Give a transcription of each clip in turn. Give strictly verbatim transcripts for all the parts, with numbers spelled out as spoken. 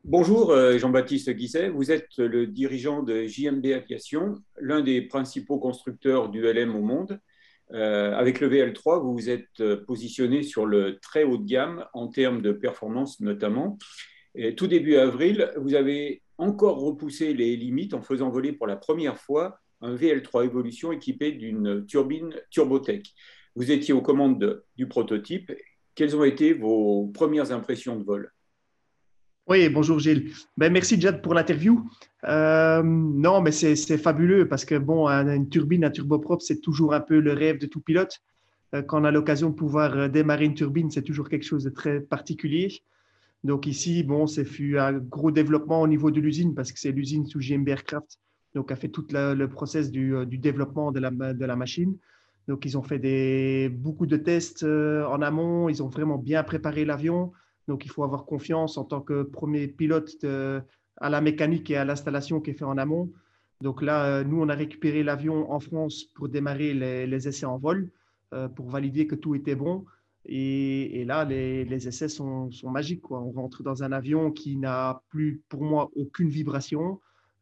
Bonjour euh, Jean-Baptiste Guisset, vous êtes le dirigeant de J M B Aviation, l'un des principaux constructeurs d'U L M au monde. Euh, avec le V L trois, vous vous êtes positionné sur le très haut de gamme en termes de performance notamment. Et tout début avril, vous avez encore repoussé les limites en faisant voler pour la première fois un V L trois Evolution équipé d'une turbine Turbotech. Vous étiez aux commandes de, du prototype. Quelles ont été vos premières impressions de vol? Oui, bonjour Gilles. Ben, merci Jad pour l'interview. Euh, non, mais c'est c'est fabuleux parce que bon, un- une turbine à turboprop, c'est toujours un peu le rêve de tout pilote. Euh, quand on a l'occasion de pouvoir euh, démarrer une turbine, c'est toujours quelque chose de très particulier. Donc ici, bon, c'est fut un gros développement au niveau de l'usine parce que c'est l'usine sous J M B Aircraft, donc a fait tout la- le process du, euh, du développement de la, de la machine. Donc ils ont fait des, beaucoup de tests euh, en amont, ils ont vraiment bien préparé l'avion. Donc il faut avoir confiance en tant que premier pilote de- à la mécanique et à l'installation qui est fait en amont. Donc là, euh, nous, on a récupéré l'avion en France pour démarrer les, les essais en vol, euh, pour valider que tout était bon. Et, et là, les, les essais sont, sont magiques, quoi. On rentre dans un avion qui n'a plus, pour moi, aucune vibration.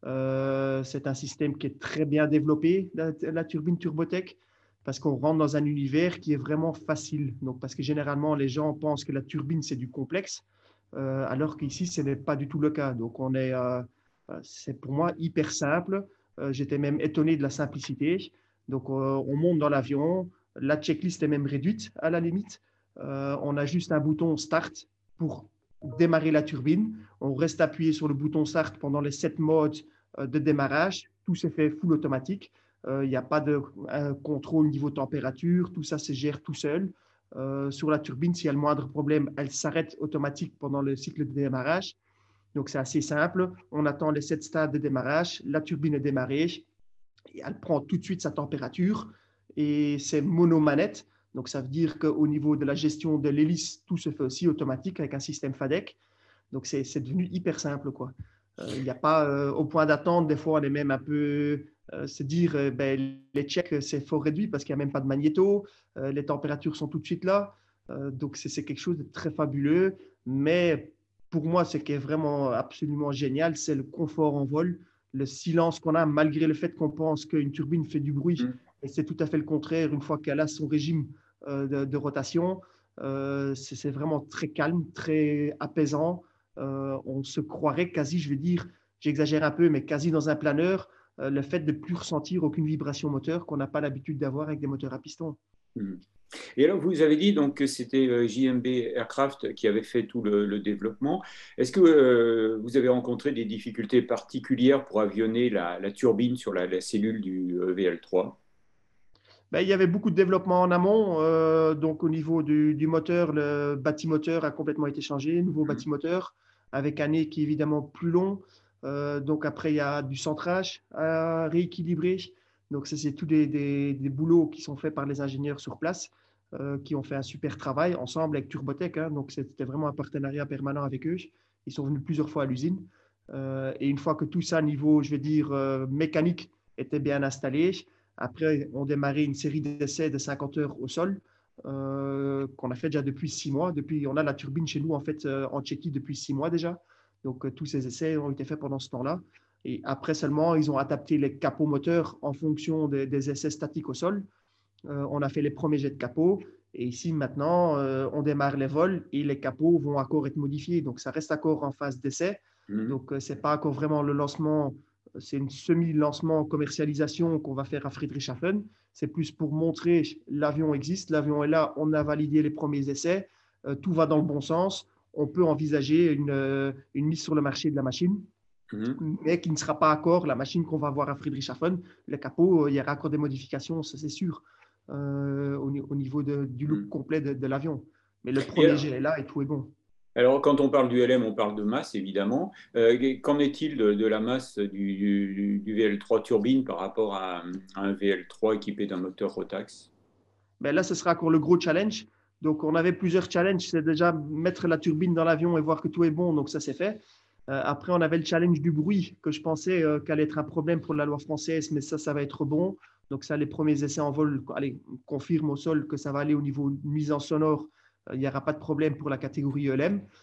Euh, c'est un système qui est très bien développé, la, la turbine Turbotech, parce qu'on rentre dans un univers qui est vraiment facile. Donc, parce que généralement, les gens pensent que la turbine, c'est du complexe, euh, alors qu'ici, ce n'est pas du tout le cas. Donc, on est, euh, euh, c'est pour moi hyper simple. Euh, j'étais même étonné de la simplicité. Donc, euh, on monte dans l'avion. La checklist est même réduite à la limite. Euh, on a juste un bouton Start pour démarrer la turbine. On reste appuyé sur le bouton Start pendant les sept modes euh, de démarrage. Tout s'est fait full automatique. Euh, Il n'y a pas de euh, contrôle niveau température. Tout ça se gère tout seul. Euh, sur la turbine, s'il y a le moindre problème, elle s'arrête automatique pendant le cycle de démarrage. Donc, c'est assez simple. On attend les sept stades de démarrage. La turbine est démarrée et elle prend tout de suite sa température et c'est monomanette. Donc, ça veut dire qu'au niveau de la gestion de l'hélice, tout se fait aussi automatique avec un système FADEC. Donc, c'est, c'est devenu hyper simple, quoi. Euh, Il n'y a pas euh, au point d'attente, des fois, on est même un peu euh, se dire euh, ben, les checks, c'est fort réduit parce qu'il n'y a même pas de magnéto, euh, les températures sont tout de suite là. Euh, donc, c'est, c'est quelque chose de très fabuleux. Mais pour moi, ce qui est vraiment absolument génial, c'est le confort en vol, le silence qu'on a, malgré le fait qu'on pense qu'une turbine fait du bruit. Et c'est tout à fait le contraire une fois qu'elle a son régime euh, de, de, rotation. Euh, c'est, c'est vraiment très calme, très apaisant. Euh, on se croirait quasi, je vais dire, j'exagère un peu, mais quasi dans un planeur, euh, le fait de ne plus ressentir aucune vibration moteur qu'on n'a pas l'habitude d'avoir avec des moteurs à piston. Mm. Et alors, vous avez dit donc que c'était euh, J M B Aircraft qui avait fait tout le, le développement. Est-ce que euh, vous avez rencontré des difficultés particulières pour avionner la, la turbine sur la, la cellule du euh, V L trois? Ben, il y avait beaucoup de développement en amont. Euh, donc, au niveau du, du, moteur, le bâtimoteur a complètement été changé, nouveau Mm. bâtimoteur, avec un nez qui est évidemment plus long. Euh, donc, après, il y a du centrage à rééquilibrer. Donc, ça, c'est tous des, des, des, boulots qui sont faits par les ingénieurs sur place, euh, qui ont fait un super travail ensemble avec Turbotech. Hein, donc, c'était vraiment un partenariat permanent avec eux. Ils sont venus plusieurs fois à l'usine. Euh, et une fois que tout ça, niveau, je vais dire, euh, mécanique, était bien installé, après, on démarrait une série d'essais de cinquante heures au sol euh, qu'on a fait déjà depuis six mois. Depuis, on a la turbine chez nous en fait euh, en Tchéquie depuis six mois déjà. Donc, euh, tous ces essais ont été faits pendant ce temps-là. Et après seulement, ils ont adapté les capots moteurs en fonction des, des essais statiques au sol. Euh, on a fait les premiers jets de capot. Et ici, maintenant, euh, on démarre les vols et les capots vont encore être modifiés. Donc, ça reste encore en phase d'essai. Mm. Donc, euh, ce n'est pas encore vraiment le lancement, c'est une semi-lancement commercialisation qu'on va faire à Friedrichshafen. C'est plus pour montrer l'avion existe, l'avion est là, on a validé les premiers essais, euh, tout va dans le bon sens. On peut envisager une, euh, une mise sur le marché de la machine, Mm. mais qui ne sera pas encore la machine qu'on va voir à Friedrichshafen. Le capot, euh, il y aura encore des modifications, ça c'est sûr, euh, au, au, niveau de, du look Mm. complet de, de l'avion. Mais le Et premier alors, jet est là et tout est bon. alors, quand on parle du L M, on parle de masse, évidemment. Euh, qu'en est-il de, de la masse du, du, du V L trois turbine par rapport à, à un V L trois équipé d'un moteur Rotax? Ben là, ce sera encore le gros challenge. Donc, on avait plusieurs challenges. C'est déjà mettre la turbine dans l'avion et voir que tout est bon. Donc, ça, c'est fait. Euh, après, on avait le challenge du bruit que je pensais euh, qu'allait être un problème pour la loi française, mais ça, ça va être bon. Donc, ça, les premiers essais en vol allez, confirment au sol que ça va aller au niveau mise en sonore. Euh, Il n'y aura pas de problème pour la catégorie E L M.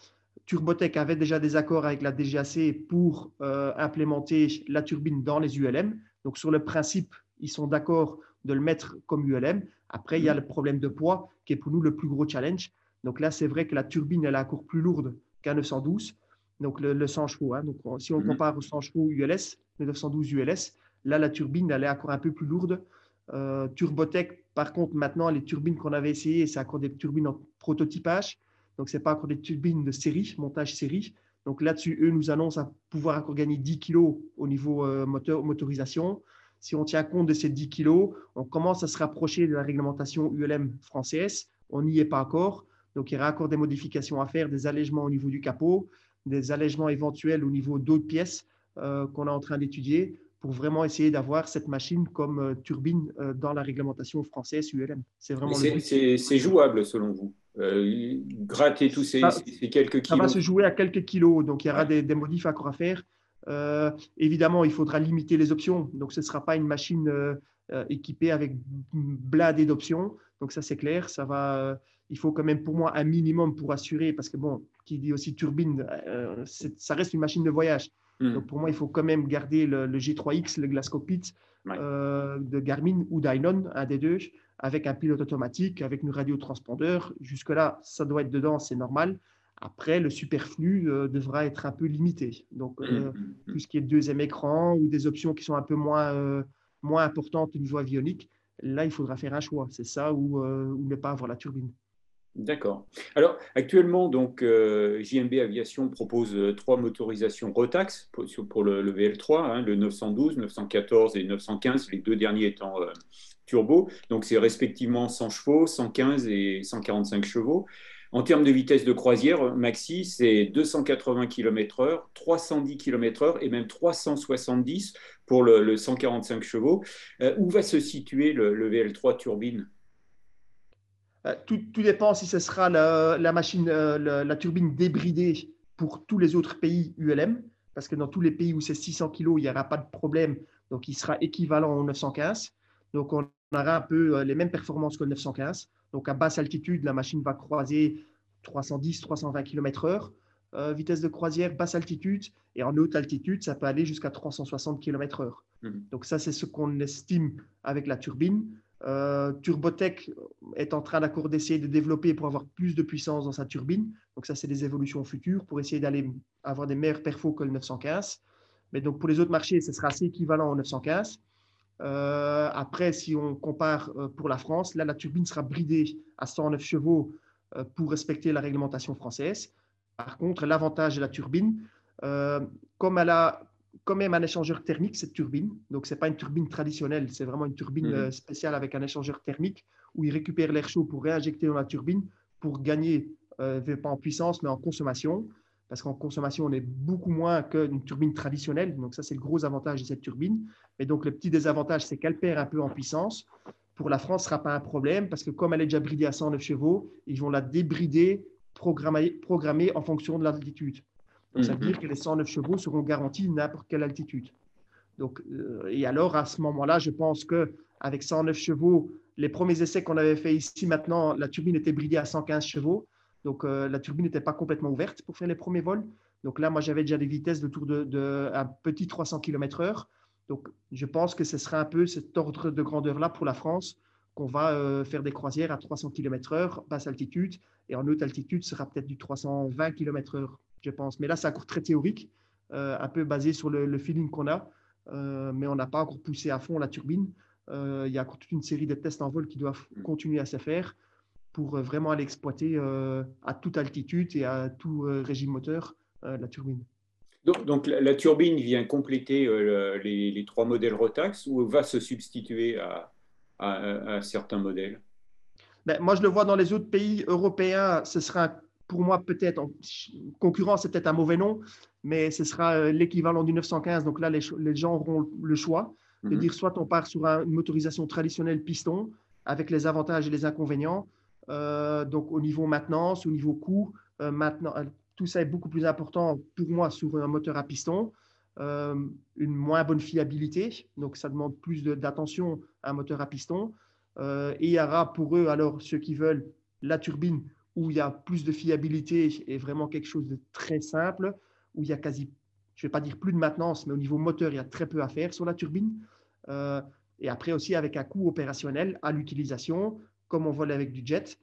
Turbotech avait déjà des accords avec la D G A C pour euh, implémenter la turbine dans les U L M. Donc, sur le principe, ils sont d'accord de le mettre comme U L M. Après, il y a le problème de poids qui est pour nous le plus gros challenge. Donc là, c'est vrai que la turbine, elle est encore plus lourde qu'un neuf cent douze, donc le, le cent chevaux. Hein. Donc, si on compare au cent chevaux U L S, le neuf cent douze U L S, là, la turbine, elle est encore un peu plus lourde. Euh, Turbotech, par contre, maintenant, les turbines qu'on avait essayées, c'est encore des turbines en prototypage. Donc, ce n'est pas encore des turbines de série, montage série. Donc là-dessus, eux nous annoncent à pouvoir encore gagner dix kilos au niveau euh, moteur, motorisation. Si on tient compte de ces dix kilos, on commence à se rapprocher de la réglementation U L M française. On n'y est pas encore. Donc, il y aura encore des modifications à faire, des allègements au niveau du capot, des allègements éventuels au niveau d'autres pièces euh, qu'on est en train d'étudier pour vraiment essayer d'avoir cette machine comme euh, turbine euh, dans la réglementation française U L M. C'est vraiment le but. C'est jouable selon vous euh, gratter tous ces, ça, ces quelques kilos. Ça va se jouer à quelques kilos, donc il y aura ouais. des, des modifs encore à faire. Euh, évidemment, il faudra limiter les options. Donc, ce ne sera pas une machine euh, euh, équipée avec blindé d'options. Donc, ça, c'est clair. Ça va, euh, il faut quand même, pour moi, un minimum pour assurer, parce que, bon, qui dit aussi turbine, euh, ça reste une machine de voyage. Mmh. Donc, pour moi, il faut quand même garder le, le G trois X, le Glass Cockpit ouais. euh, de Garmin ou d'Ainon, un des deux, avec un pilote automatique, avec une radiotranspondeur. Jusque-là, ça doit être dedans, c'est normal. Après, le superflu euh, devra être un peu limité. Donc, euh, mmh. tout ce qui est deuxième écran ou des options qui sont un peu moins, euh, moins importantes au niveau avionique, là, il faudra faire un choix. C'est ça ou, euh, ou ne pas avoir la turbine. D'accord. Alors, actuellement, donc, euh, J M B Aviation propose euh, trois motorisations Rotax pour, pour le, le V L trois, hein, le neuf cent douze, neuf cent quatorze et neuf cent quinze, les deux derniers étant euh, turbo. Donc, c'est respectivement cent chevaux, cent quinze et cent quarante-cinq chevaux. En termes de vitesse de croisière, maxi, c'est deux cent quatre-vingts kilomètres heure, trois cent dix kilomètres heure et même trois cent soixante-dix pour le, le cent quarante-cinq chevaux. Euh, où va se situer le, le V L trois turbine ? Tout, tout dépend si ce sera la, la machine, la, la turbine débridée pour tous les autres pays U L M, parce que dans tous les pays où c'est six cents kilos, il n'y aura pas de problème, donc il sera équivalent au neuf cent quinze. Donc on aura un peu les mêmes performances que le neuf cent quinze. Donc à basse altitude, la machine va croiser trois cent dix à trois cent vingt kilomètres heure. Euh, vitesse de croisière, basse altitude, et en haute altitude, ça peut aller jusqu'à trois cent soixante kilomètres heure. Mmh. Donc ça, c'est ce qu'on estime avec la turbine. Euh, Turbotech est en train d'accord d'essayer de développer pour avoir plus de puissance dans sa turbine. Donc ça, c'est des évolutions futures pour essayer d'aller avoir des meilleurs perfos que le neuf cent quinze. Mais donc pour les autres marchés, ce sera assez équivalent au neuf cent quinze. Euh, après, si on compare euh, pour la France, là, la turbine sera bridée à cent neuf chevaux euh, pour respecter la réglementation française. Par contre, l'avantage de la turbine, euh, comme elle a quand même un échangeur thermique, cette turbine. Donc, ce n'est pas une turbine traditionnelle, c'est vraiment une turbine mmh. spéciale avec un échangeur thermique où il récupère l'air chaud pour réinjecter dans la turbine pour gagner, euh, pas en puissance, mais en consommation. Parce qu'en consommation, on est beaucoup moins qu'une turbine traditionnelle. Donc, ça, c'est le gros avantage de cette turbine. Mais donc, le petit désavantage, c'est qu'elle perd un peu en puissance. Pour la France, ce ne sera pas un problème parce que comme elle est déjà bridée à cent neuf chevaux, ils vont la débrider, programmer, programmer en fonction de l'altitude. Donc, ça veut dire que les cent neuf chevaux seront garantis n'importe quelle altitude. Donc, euh, et alors, à ce moment-là, je pense qu'avec cent neuf chevaux, les premiers essais qu'on avait fait ici, maintenant, la turbine était bridée à cent quinze chevaux. Donc, euh, la turbine n'était pas complètement ouverte pour faire les premiers vols. Donc là, moi, j'avais déjà des vitesses de tour de, de un petit trois cents kilomètres heure. Donc, je pense que ce sera un peu cet ordre de grandeur-là pour la France, qu'on va euh, faire des croisières à trois cents kilomètres heure, basse altitude. Et en haute altitude, ce sera peut-être du trois cent vingt kilomètres heure. Je pense. Mais là, c'est encore très théorique, euh, un peu basé sur le, le feeling qu'on a, euh, mais on n'a pas encore poussé à fond la turbine. Euh, il y a encore toute une série de tests en vol qui doivent continuer à se faire pour vraiment aller exploiter euh, à toute altitude et à tout euh, régime moteur euh, la turbine. Donc, donc la, la turbine vient compléter euh, les, les trois modèles Rotax ou va se substituer à, à, à certains modèles? Ben, moi, je le vois dans les autres pays européens, ce sera pour moi peut-être, en concurrence, c'est peut-être un mauvais nom, mais ce sera l'équivalent du neuf cent quinze. Donc là, les, les gens auront le choix de mm-hmm. dire soit on part sur un, une motorisation traditionnelle piston avec les avantages et les inconvénients. Euh, donc au niveau maintenance, au niveau coût, euh, maintenant, tout ça est beaucoup plus important pour moi sur un moteur à piston. Euh, une moins bonne fiabilité, donc ça demande plus de, d'attention à un moteur à piston. Euh, et il y aura pour eux, alors ceux qui veulent la turbine où il y a plus de fiabilité et vraiment quelque chose de très simple, où il y a quasi, je ne vais pas dire plus de maintenance, mais au niveau moteur, il y a très peu à faire sur la turbine. Euh, et après aussi avec un coût opérationnel à l'utilisation, comme on vole avec du jet,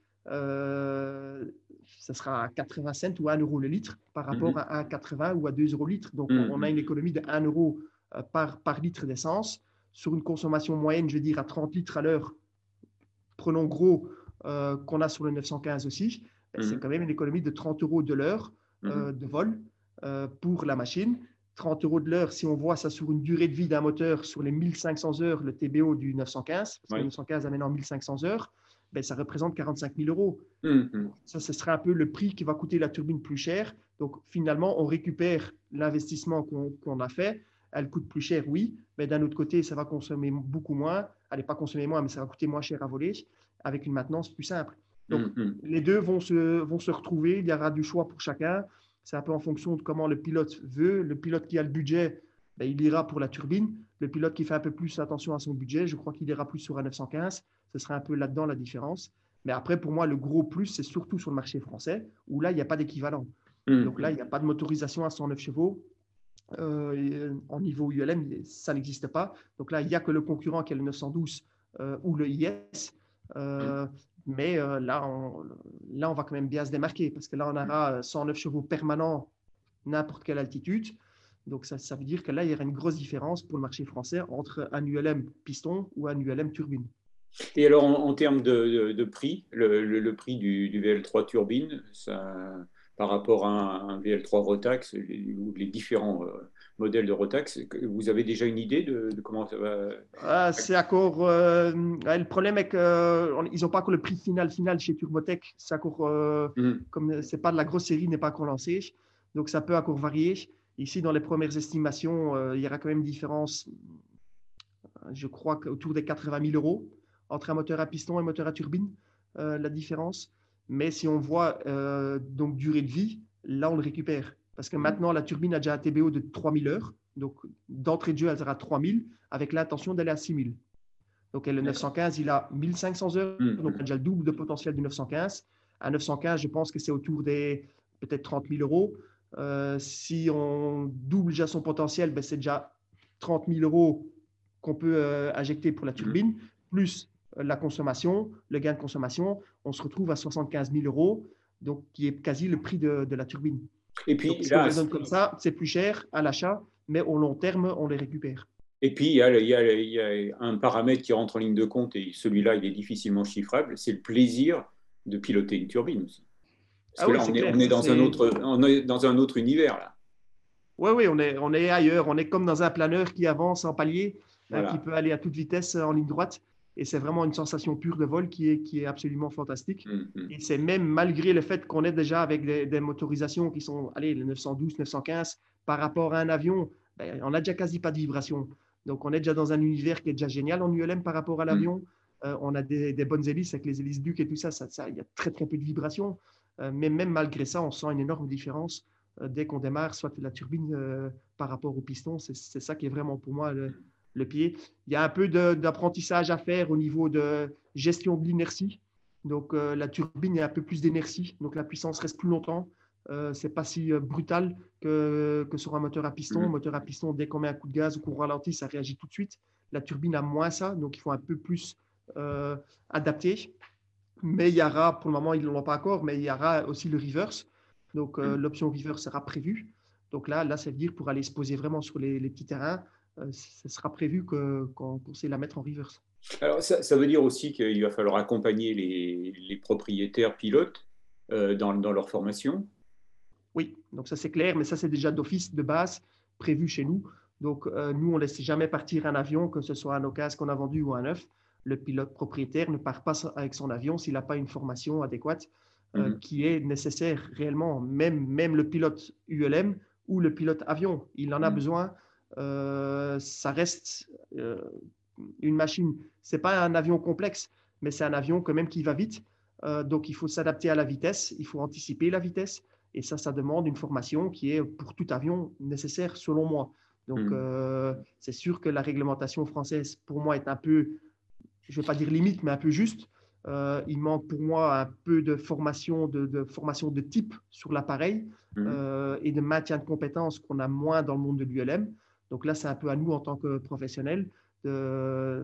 euh, ça sera à quatre-vingts cents ou un euro le litre par rapport Mhm. à un quatre-vingts ou à deux euros le litre. Donc on a une Mhm. économie de un euro par, par litre d'essence sur une consommation moyenne, je veux dire, à trente litres à l'heure. Prenons gros euh, qu'on a sur le neuf cent quinze aussi, ben, c'est Mhm. quand même une économie de trente euros de l'heure Mhm. euh, de vol euh, pour la machine. trente euros de l'heure, si on voit ça sur une durée de vie d'un moteur sur les mille cinq cents heures, le T B O du neuf cent quinze, parce que le Oui. neuf cent quinze a maintenant mille cinq cents heures, ben, ça représente quarante-cinq mille euros. Mhm. Ça, ce serait un peu le prix qui va coûter la turbine plus cher. Donc, finalement, on récupère l'investissement qu'on qu'on a fait. Elle coûte plus cher, oui, mais d'un autre côté, ça va consommer beaucoup moins. Elle n'est pas consommer moins, mais ça va coûter moins cher à voler avec une maintenance plus simple. Donc, Mhm. les deux vont se, vont se retrouver. Il y aura du choix pour chacun. C'est un peu en fonction de comment le pilote veut. Le pilote qui a le budget, ben, il ira pour la turbine. Le pilote qui fait un peu plus attention à son budget, je crois qu'il ira plus sur un neuf cent quinze. Ce sera un peu là-dedans la différence. Mais après, pour moi, le gros plus, c'est surtout sur le marché français, où là, il n'y a pas d'équivalent. Donc là, il Mhm. n'y a pas de motorisation à cent neuf chevaux. Euh, en niveau U L M, ça n'existe pas. Donc là, il n'y a que le concurrent qui est le neuf cent douze euh, ou le I S. Euh, mais euh, là, on, là, on va quand même bien se démarquer parce que là, on aura cent neuf chevaux permanents n'importe quelle altitude. Donc ça, ça veut dire que là, il y aura une grosse différence pour le marché français entre un U L M piston ou un U L M turbine. Et alors, en, en termes de, de- de prix, le, le- le prix du, du V L trois turbine, ça, par rapport à un, un V L trois Rotax, les, ou les différents euh, modèles de Rotax, que- vous avez déjà une idée de, de comment ça va? Ah, c'est encore. Euh, ouais, le problème est qu'ils n'ont pas encore le prix final final chez Turbotech. C'est encore. Euh, Mhm. comme c'est pas de la grosse série, n'est pas encore lancée. Donc ça peut encore varier. Ici, dans les premières estimations, euh, il y aura quand même une différence, je crois, autour des quatre-vingt mille euros entre un moteur à piston et un moteur à turbine, euh, la différence. Mais si on voit euh, donc durée de vie, là, on le récupère. Parce que Mhm. maintenant, la turbine a déjà un T B O de trois mille heures. Donc, d'entrée de jeu, elle sera à trois mille avec l'intention d'aller à six mille. Donc, le D'accord. neuf cent quinze, il a mille cinq cents heures, donc il a Mhm. déjà le double de potentiel du neuf cent quinze. À neuf cent quinze, je pense que c'est autour des peut-être trente mille euros. Euh, si on double déjà son potentiel, ben, c'est déjà trente mille euros qu'on peut euh, injecter pour la Mhm. turbine, plus euh, la consommation, le gain de consommation. On se retrouve à soixante-quinze mille euros, donc qui est quasi le prix de, de la turbine. Et Donc, puis si on là, raisonne comme ça, c'est plus cher à l'achat, mais au long terme, on les récupère. et puis il y a, il y a- il y a un paramètre qui rentre en ligne de compte, et celui-là, il est difficilement chiffrable, c'est le plaisir de piloter une turbine aussi. Parce Ah que oui, là, c'est on est, clair. on est Ça, dans un c'est... autre, on est dans un autre univers, là. Oui, oui, on est, on est ailleurs. On est comme dans un planeur qui avance en palier, euh, qui Voilà. peut aller à toute vitesse euh, en ligne droite. Et c'est vraiment une sensation pure de vol qui est, qui est absolument fantastique. Mhm. Et c'est même malgré le fait qu'on est déjà avec des, des motorisations qui sont, allez, le neuf cent douze, neuf cent quinze, par rapport à un avion, ben, on n'a déjà quasi pas de vibration. Donc, on est déjà dans un univers qui est déjà génial en U L M par rapport à Mhm. l'avion. Euh, on a des, des bonnes hélices avec les hélices Duc et tout ça. Ça, ça, il y a très, très peu de vibration. Euh, mais même malgré ça, on sent une énorme différence euh, dès qu'on démarre, soit la turbine euh, par rapport au piston. C'est c'est ça qui est vraiment pour moi le, le pied. Il y a un peu d'apprentissage à faire au niveau de gestion de l'inertie. Donc, euh, la turbine, il y a un peu plus d'énergie. Donc, la puissance reste plus longtemps. Euh, c'est pas si euh, brutal que, que sur un moteur à piston. Un Mhm. moteur à piston, dès qu'on met un coup de gaz ou qu'on ralentit, ça réagit tout de suite. La turbine a moins ça, donc il faut un peu plus euh, adapter. Mais il y aura, pour le moment, ils ne l'ont pas encore, mais il y aura aussi le reverse. Donc, euh, Mhm. l'option reverse sera prévue. Donc là, là, ça veut dire pour aller se poser vraiment sur les, les petits terrains, euh, ce sera prévu que, qu'on, qu'on sait la mettre en reverse. Alors, ça, ça veut dire aussi qu'il va falloir accompagner les, les propriétaires pilotes euh, dans, dans leur formation. Oui, donc ça c'est clair, mais ça c'est déjà d'office de base prévu chez nous. Donc euh, nous, on ne laisse jamais partir un avion, que ce soit un occasion qu'on a vendu ou un neuf. Le pilote propriétaire ne part pas avec son avion s'il n'a pas une formation adéquate euh, Mhm. qui est nécessaire réellement. Même, même le pilote U L M ou le pilote avion, il en a Mhm. besoin. Euh, ça reste euh, une machine. Ce n'est pas un avion complexe, mais c'est un avion quand même qui va vite. Euh, donc il faut s'adapter à la vitesse, il faut anticiper la vitesse. Et ça, ça demande une formation qui est pour tout avion nécessaire selon moi. Donc, Mhm. euh, c'est sûr que la réglementation française, pour moi, est un peu, je ne vais pas dire limite, mais un peu juste. Euh, il manque pour moi un peu de formation de, de formation de type sur l'appareil Mhm. euh, et de maintien de compétences qu'on a moins dans le monde de l'U L M. Donc là, c'est un peu à nous en tant que professionnels de,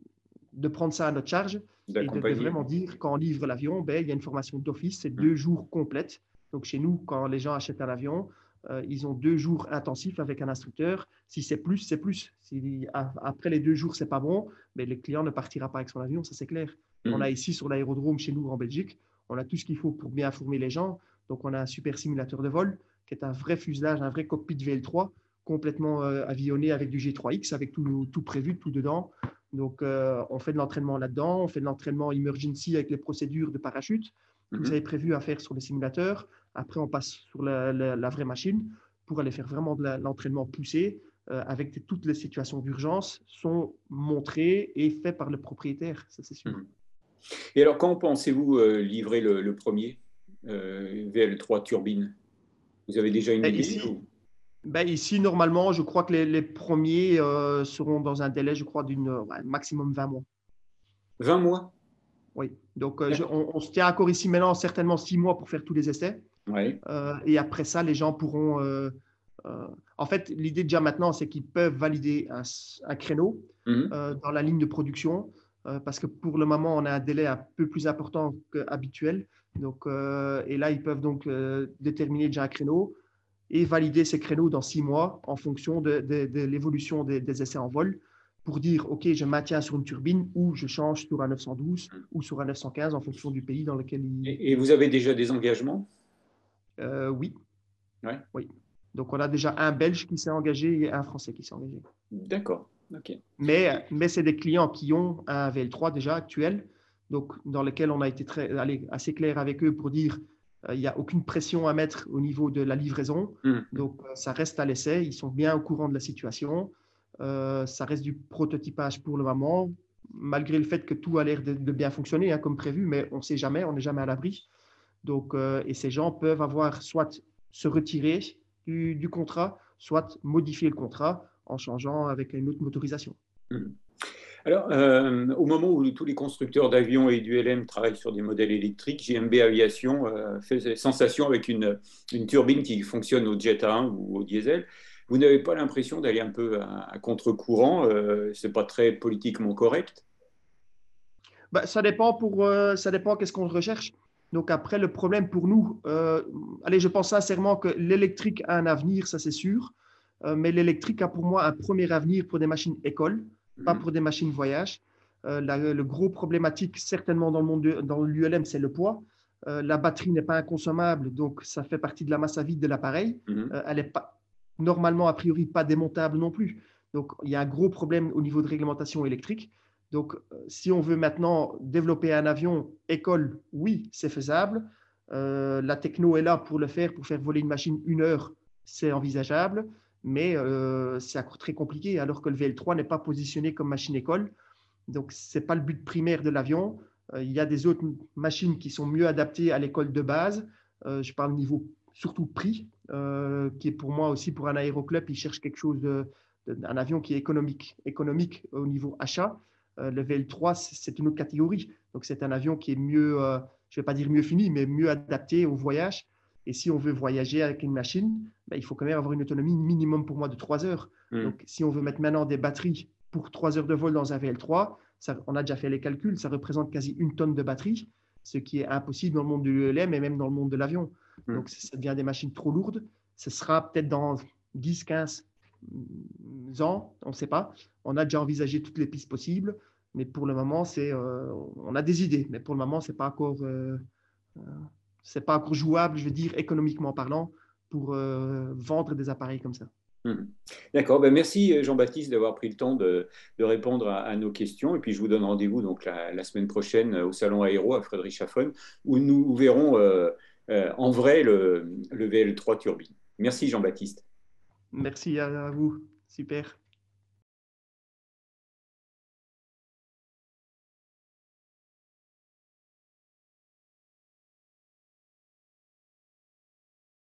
de prendre ça à notre charge et de, de D'accompagner. vraiment dire quand on livre l'avion, ben, il y a une formation d'office, c'est Mhm. deux jours complètes. Donc chez nous, quand les gens achètent un avion, euh, ils ont deux jours intensifs avec un instructeur. Si c'est plus, c'est plus. Si, après les deux jours, c'est pas bon, mais le client ne partira pas avec son avion, ça c'est clair. On a Mhm. ici sur l'aérodrome chez nous en Belgique, on a tout ce qu'il faut pour bien former les gens. Donc on a un super simulateur de vol qui est un vrai fuselage, un vrai cockpit V L trois complètement euh, avionné avec du G trois X, avec tout, tout prévu, tout dedans. Donc, euh, on fait de l'entraînement là-dedans, on fait de l'entraînement emergency avec les procédures de parachute. Tout ça est Mhm. prévu à faire sur les simulateurs. Après, on passe sur la, la, la vraie machine pour aller faire vraiment de l'entraînement poussé euh, avec des, toutes les situations d'urgence sont montrées et faites par le propriétaire, ça c'est sûr. Mhm. Et alors, quand pensez-vous euh, livrer le, le premier euh, V L trois turbine? Vous avez déjà une Et idée ici, ou... ben ici, normalement, je crois que les, les premiers euh, seront dans un délai, je crois, d'une ouais, maximum vingt mois. vingt mois? Oui. Donc, euh, je, D'accord. on, on, se tient encore ici maintenant, certainement six mois pour faire tous les essais. Ouais. Euh, et après ça, les gens pourront. Euh, euh, en fait, l'idée déjà maintenant, c'est qu'ils peuvent valider un, un créneau Mhm. euh, dans la ligne de production, euh, parce que pour le moment, on a un délai un peu plus important qu'habituel. Donc, euh, et là, ils peuvent donc euh, déterminer déjà un créneau et valider ces créneaux dans six mois en fonction de, de, de l'évolution des, des essais en vol pour dire, OK, je maintiens sur une turbine ou je change sur un neuf cent douze ou sur un neuf cent quinze en fonction du pays dans lequel il. Et, et vous avez déjà des engagements? Euh, oui, Ouais. oui. Donc, on a déjà un Belge qui s'est engagé et un Français qui s'est engagé. D'accord. OK. Mais, Et- mais c'est des clients qui ont un V L trois déjà actuel, donc dans lesquels on a été très, allez, assez clair avec eux pour dire euh, il n'y a aucune pression à mettre au niveau de la livraison. Mhm. Donc, euh, ça reste à l'essai. Ils sont bien au courant de la situation. Euh, ça reste du prototypage pour le moment, malgré le fait que tout a l'air de, de bien fonctionner hein, comme prévu, mais on ne sait jamais, on n'est jamais à l'abri. Donc, euh, et ces gens peuvent avoir soit se retirer du, du contrat, soit modifier le contrat en changeant avec une autre motorisation. Mhm. Alors, euh, au moment où tous les constructeurs d'avions et d'U L M travaillent sur des modèles électriques, J M B Aviation euh, fait sensation avec une, une turbine qui fonctionne au jet à un ou au diesel. Vous n'avez pas l'impression d'aller un peu à, à contre-courant? Euh, c'est pas très politiquement correct? Bah, ça dépend pour, euh, ça dépend qu'est-ce qu'on recherche. Donc après, le problème pour nous, euh, allez, je pense sincèrement que l'électrique a un avenir, ça c'est sûr, Euh, mais l'électrique a pour moi un premier avenir pour des machines écoles, pas Mhm. pour des machines voyage. Euh, la- le gros problématique, certainement dans le monde de- dans l'U L M, c'est le poids. Euh, la batterie n'est pas inconsommable, donc ça fait partie de la masse à vide de l'appareil. Mhm. Euh, elle n'est pas normalement a priori pas démontable non plus. Donc il y a un gros problème au niveau de réglementation électrique. Donc, si on veut maintenant développer un avion école, oui, c'est faisable. Euh, la techno est là pour le faire, pour faire voler une machine une heure, c'est envisageable, mais euh, c'est encore très compliqué, alors que le V L trois n'est pas positionné comme machine école. Donc, ce n'est pas le but primaire de l'avion. Euh, il y a des autres machines qui sont mieux adaptées à l'école de base. Euh, je parle niveau surtout prix, euh, qui est pour moi aussi pour un aéroclub, il cherche quelque chose de, de, un avion qui est économique, économique au niveau achat. Euh, le V L trois, c'est une autre catégorie. Donc, c'est un avion qui est mieux, euh, je ne vais pas dire mieux fini, mais mieux adapté au voyage. Et si on veut voyager avec une machine, ben, il faut quand même avoir une autonomie minimum pour moi de trois heures. Mhm. Donc, si on veut mettre maintenant des batteries pour trois heures de vol dans un V L trois, ça, on a déjà fait les calculs, ça représente quasi une tonne de batterie, ce qui est impossible dans le monde de l'U L M et même dans le monde de l'avion. Mhm. Donc, ça devient des machines trop lourdes. Ce sera peut-être dans dix, quinze ans, on ne sait pas. On a déjà envisagé toutes les pistes possibles. Mais pour le moment, c'est, euh, on a des idées, mais pour le moment, c'est pas encore, euh, euh, c'est pas encore jouable, je veux dire, économiquement parlant, pour euh, vendre des appareils comme ça. Mhm. D'accord. Ben, merci Jean-Baptiste d'avoir pris le temps de, de répondre à, à nos questions. Et puis je vous donne rendez-vous donc la, la semaine prochaine au Salon Aéro à Friedrichshafen où nous verrons euh, euh, en vrai le, le V L trois turbine. Merci Jean-Baptiste. Merci à vous. Super.